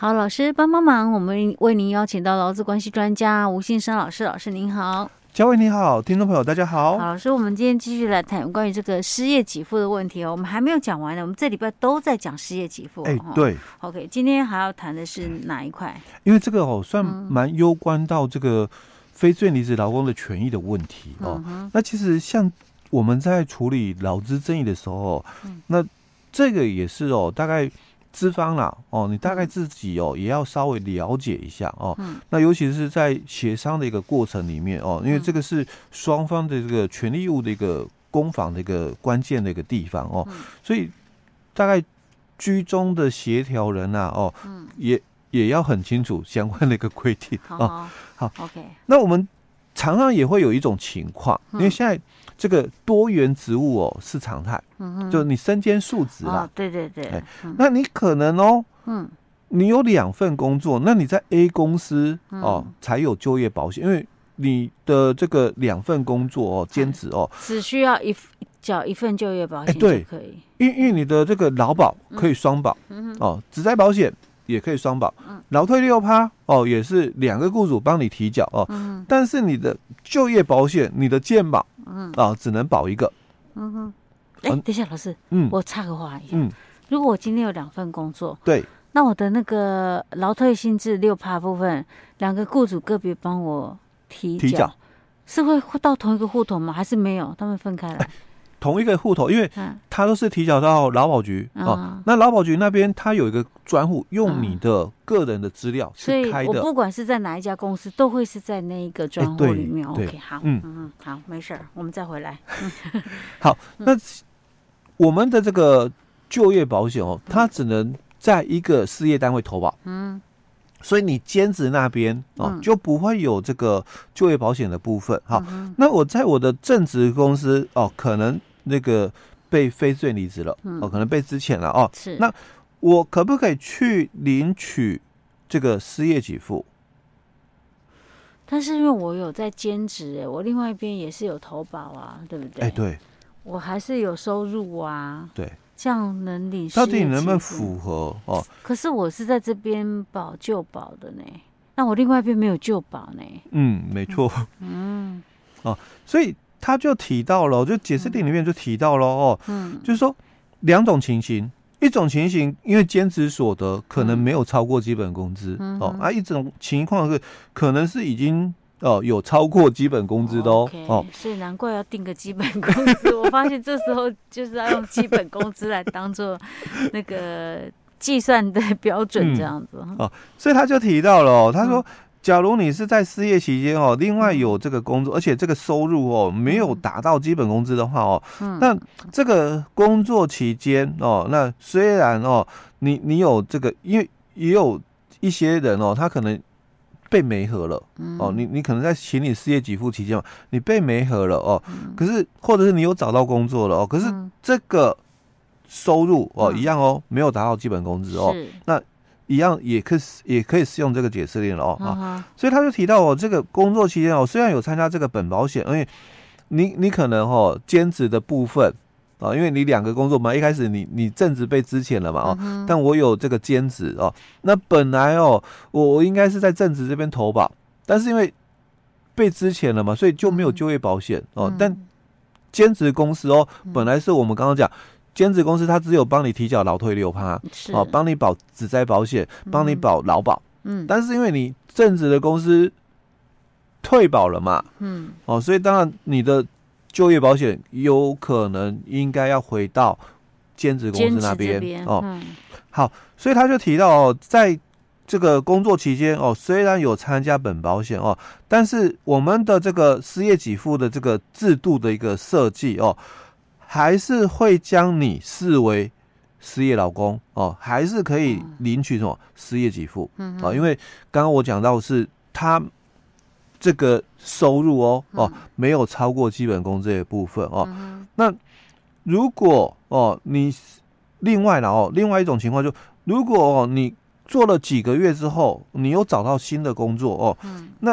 好，老师帮忙，我们为您邀请到劳资关系专家吴信生老师。老师您好。 嘉惠你好，听众朋友大家好。 好，老师，我们今天继续来谈关于这个失业给付的问题哦。我们还没有讲完呢，我们这礼拜都在讲失业给付。 对。 OK， 今天还要谈的是哪一块？ 因为这个算蛮攸关到这个非自愿离职劳工的权益的问题哦。那其实像我们在处理劳资争议的时候，那这个也是大概资方啦你大概自己也要稍微了解一下那尤其是在协商的一个过程里面因为这个是双方的这个权利义务的一个攻防的一个关键的一个地方所以大概居中的协调人也要很清楚相关的一个规定好 OK。 那我们常常也会有一种情况，因为现在这个多元职务是常态，就你身兼数职啦， 对对对， 那你可能你有2份工作，那你在 A 公司才有就业保险，因为你的这个2份工作兼职只需要缴1份就业保险就可以， 因为你的这个劳保可以双保职灾保险也可以双保，劳退6%也是2个雇主帮你提缴但是你的就业保险，你的健保只能保1个。 等一下，老师，我插个话一下，如果我今天有2份工作， 对， 那我的那个劳退薪资6%部分，2个雇主个别帮我提缴，是会到同一个户头吗？还是没有？他们分开来？ 同一个户头，因为他都是提缴到劳保局那劳保局那边他有一个专户，用你的个人的资料是开的， 所以我不管是在哪一家公司，都会是在那一个专户里面。OK， 好，好，没事，我们再回来。 好，那我们的这个就业保险它只能在一个事业单位投保，所以你兼职那边就不会有这个就业保险的部分。好，那我在我的正职公司可能那个被非自愿离职了可能被资遣了是， 那我可不可以去领取这个失业给付？ 但是因为我有在兼职，我另外一边也是有投保啊，对不对？ 对， 我还是有收入啊， 对， 这样能领失业给付？ 到底能不能符合可是我是在这边保就保的呢，那我另外一边没有就保呢。 没错。所以他就提到了，就解释令里面就提到了就是说2种情形，一种情形因为兼职所得可能没有超过基本工资一种情况是可能是已经有超过基本工资的所以难怪要定个基本工资。我发现这时候就是要用基本工资来当做那个计算的标准，这样子所以他就提到了他说，假如你是在失业期间另外有这个工作，而且这个收入没有达到基本工资的话那这个工作期间那虽然你有这个，因为也有一些人他可能被媒合了你可能在请你失业给付期间你被媒合了可是或者是你有找到工作了可是这个收入一样没有达到基本工资那一样也可以适用这个解释令了所以他就提到这个工作期间虽然有参加这个本保险，因为你可能兼职的部分因为你2个工作嘛，一开始你正职被资遣了嘛但我有这个兼职那本来我应该是在正职这边投保，但是因为被资遣了嘛，所以就没有就业保险但兼职公司本来是我们刚刚讲。兼职公司它只有帮你提缴劳退6%帮你保职灾保险，帮你保劳保但是因为你正职的公司退保了嘛所以当然你的就业保险有可能应该要回到兼职公司那边好，所以他就提到在这个工作期间虽然有参加本保险但是我们的这个失业给付的这个制度的一个设计还是会将你视为失业劳工还是可以领取什么失业给付因为刚刚我讲到是他这个收入没有超过基本工资的部分那如果你另外一种情况就如果你做了几个月之后，你又找到新的工作那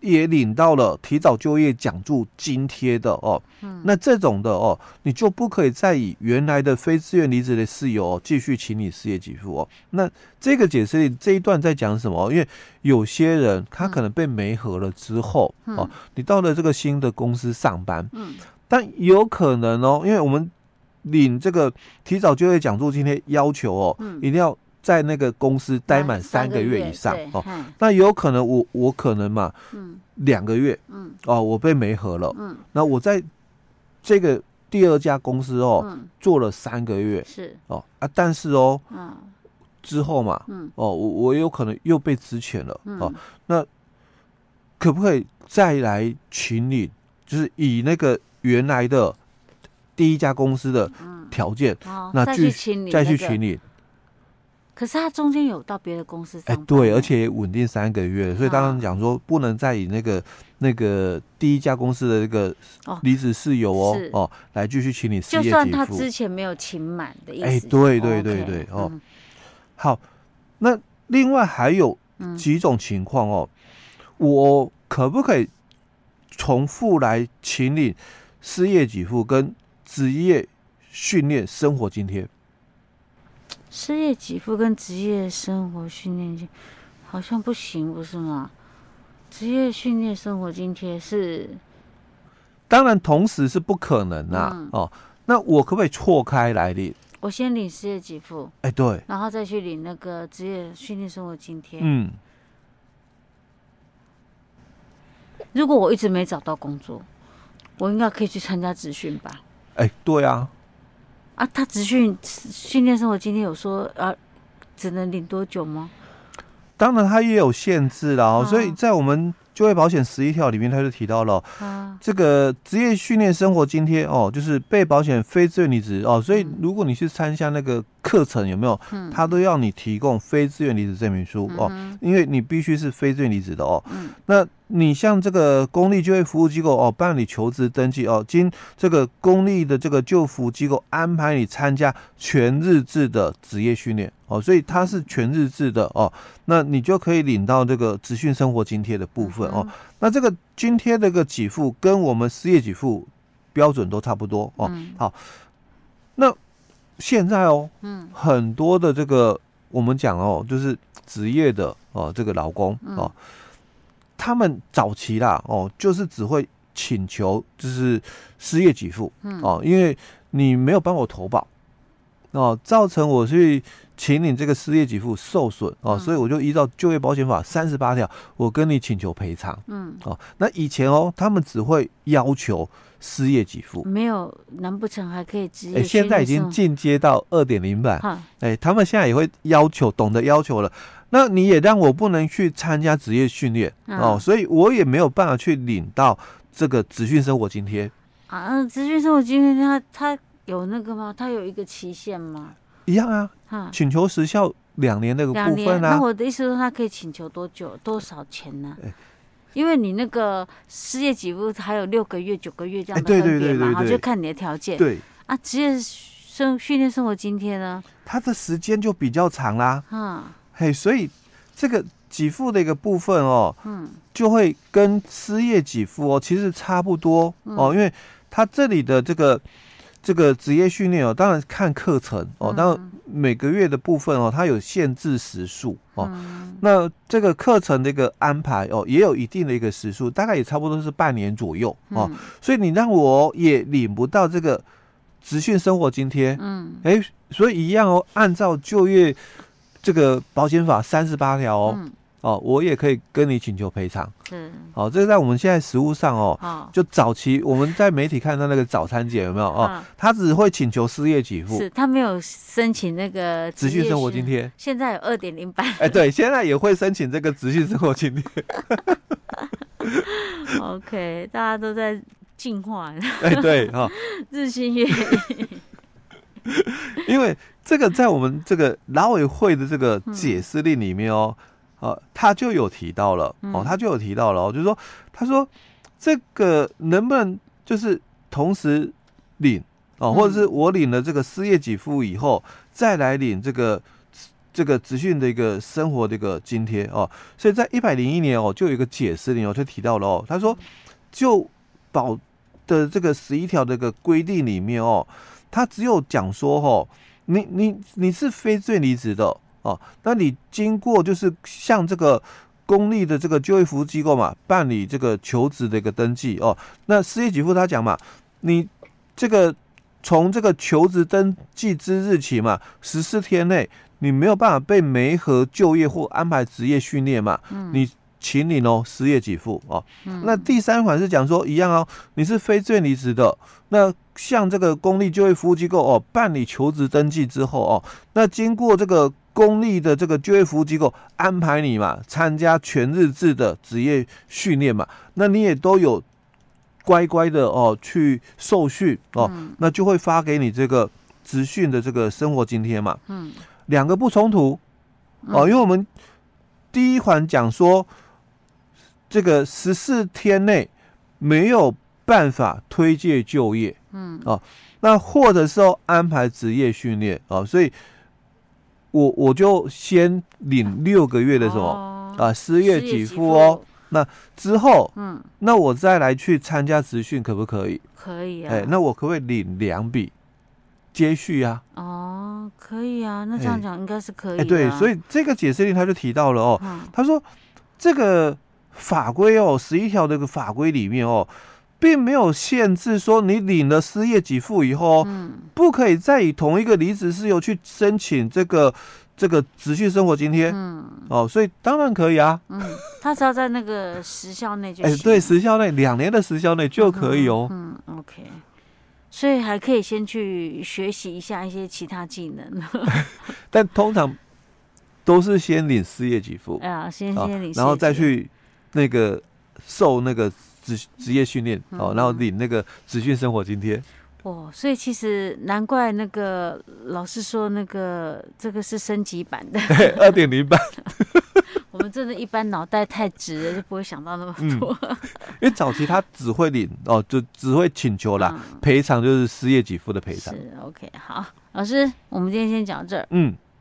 也领到了提早就业奖助津贴的哦，那这种的哦，你就不可以再以原来的非自愿离职的事由继续请你失业给付哦。那这个解释里这一段在讲什么？因为有些人他可能被媒合了之后哦，你到了这个新的公司上班，但有可能哦，因为我们领这个提早就业奖助津贴要求哦，一定要在那个公司待满3个月以上哦，那有可能我可能嘛，2个月，哦，我被媒合了，那我在这个第2家公司哦，做了3个月， 是哦啊，但是哦，之后嘛，哦，我有可能又被资遣了，哦，那可不可以再来请领？就是以那个原来的第1家公司的条件，那再去请领。 可是他中间有到别的公司上班， 对，而且也稳定3个月，所以当然讲说不能再以那个第1家公司的那个离职事由哦来继续请你失业给付， 就算他之前没有请满的意思。 对哦。好，那另外还有几种情况哦，我可不可以重复来请领失业给付跟职业训练生活津贴？ 失业给付跟职业生活训练金好像不行，不是吗？职业训练生活津贴是， 当然同时是不可能啦，哦，那我可不可以错开来领？ 我先领失业给付， 对， 然后再去领那个职业训练生活津贴。如果我一直没找到工作，我应该可以去参加职训吧？ 对啊。 他职训训练生活津贴有说只能领多久吗？ 当然，它也有限制啦，所以在我们就业保险11条里面，他就提到了这个职业训练生活津贴哦，就是被保险非自愿离职哦，所以如果你去参加那个课程，有没有？他都要你提供非自愿离职证明书哦，因为你必须是非自愿离职的哦。那你像这个公立就业服务机构哦，办理求职登记哦，经这个公立的这个就服机构安排你参加全日制的职业训练哦，所以它是全日制的哦，那你就可以领到这个职训生活津贴的部分哦。那这个津贴的一个给付跟我们失业给付标准都差不多哦。好，那现在哦，很多的这个我们讲哦，就是职业的哦，这个劳工哦。他们早期啦哦，就是只会请求就是失业给付哦，因为你没有帮我投保哦，造成我去请你这个失业给付受损哦，所以我就依照就业保险法38条，我跟你请求赔偿。哦，那以前哦，他们只会要求失业给付， 没有，难不成还可以职业？ 现在已经进阶到2.0版，他们现在也会要求，懂得要求了。那你也让我不能去参加职业训练哦，所以我也没有办法去领到这个职训生活津贴职训生活津贴它有那个吗？它有一个期限吗？ 一样啊，请求时效2年那个部分啊。 那我的意思是，他可以请求多久、多少钱呢？因为你那个失业给付还有6个月、9个月这样的分别嘛，就看你的条件。 对职业训练生活津贴呢， 它的时间就比较长啦。所以这个给付的一个部分哦，就会跟失业给付哦其实差不多哦，因为它这里的这个职业训练哦，当然看课程哦，当然每个月的部分哦，它有限制时数哦。那这个课程的一个安排哦，也有一定的一个时数，大概也差不多是半年左右哦。所以你让我也领不到这个职训生活津贴，所以一样哦，按照就业这个保险法38条哦，我也可以跟你请求赔偿。这个在我们现在实务上哦，就早期我们在媒体看到那个早餐姐有没有哦？他只会请求失业给付， 他没有申请那个职训生活津贴。 现在有2.0版， 对，现在也会申请这个职训生活津贴。 OK， 大家都在进化。 对日新月异。 因为这个在我们这个劳委会的这个解释令里面他就有提到了就是说，他说这个能不能就是同时领或者是我领了这个失业给付以后，再来领这个这个职训的一个生活的一个津贴哦。所以在101年哦，就有一个解释令哦，就提到了哦，他说就保的这个11条的一个规定里面哦，他只有讲说哦，你是非罪离职的哦，那你经过就是像这个公立的这个就业服务机构嘛，办理这个求职的一个登记哦，那失业给付他讲嘛，你这个从这个求职登记之日起嘛，14天内你没有办法被媒合就业或安排职业训练嘛，你请领哦失业给付哦。那第3款是讲说一样哦，你是非罪离职的，那向这个公立就业服务机构哦办理求职登记之后哦，那经过这个公立的这个就业服务机构安排你嘛参加全日制的职业训练嘛，那你也都有乖乖的哦去受训哦，那就会发给你这个职训的这个生活津贴嘛。两个不冲突哦，因为我们第1款讲说这个14天内没有办法推介就业，那或者是安排职业训练哦，所以我就先领6个月的什么失业给付哦。那之后，那我再来去参加职训可不可以？ 可以啊。 那我可不可以领2笔接续啊？ 哦，可以啊。那这样讲应该是可以的。 对，所以这个解释令他就提到了哦，他说这个法规哦，11条的法规里面哦，并没有限制说你领了失业给付以后，不可以再以同一个离职事由去申请这个职训生活津贴，所以当然可以啊， 他只要在那个时效内就行， 对，时效内2年的时效内就可以哦 ，OK， 所以还可以先去学习一下一些其他技能， 但通常都是先领失业给付， 先领， 然后再去那个受那个职业训练然后领那个职训生活津贴。 所以其实难怪那个老师说这个是升级版的 2.0 版。 我们真的一般脑袋太直了，就不会想到那么多。 因为早期他只会领就只会请求啦，赔偿就是失业给付的赔偿。 是 OK， 好，老师，我们今天先讲到这儿。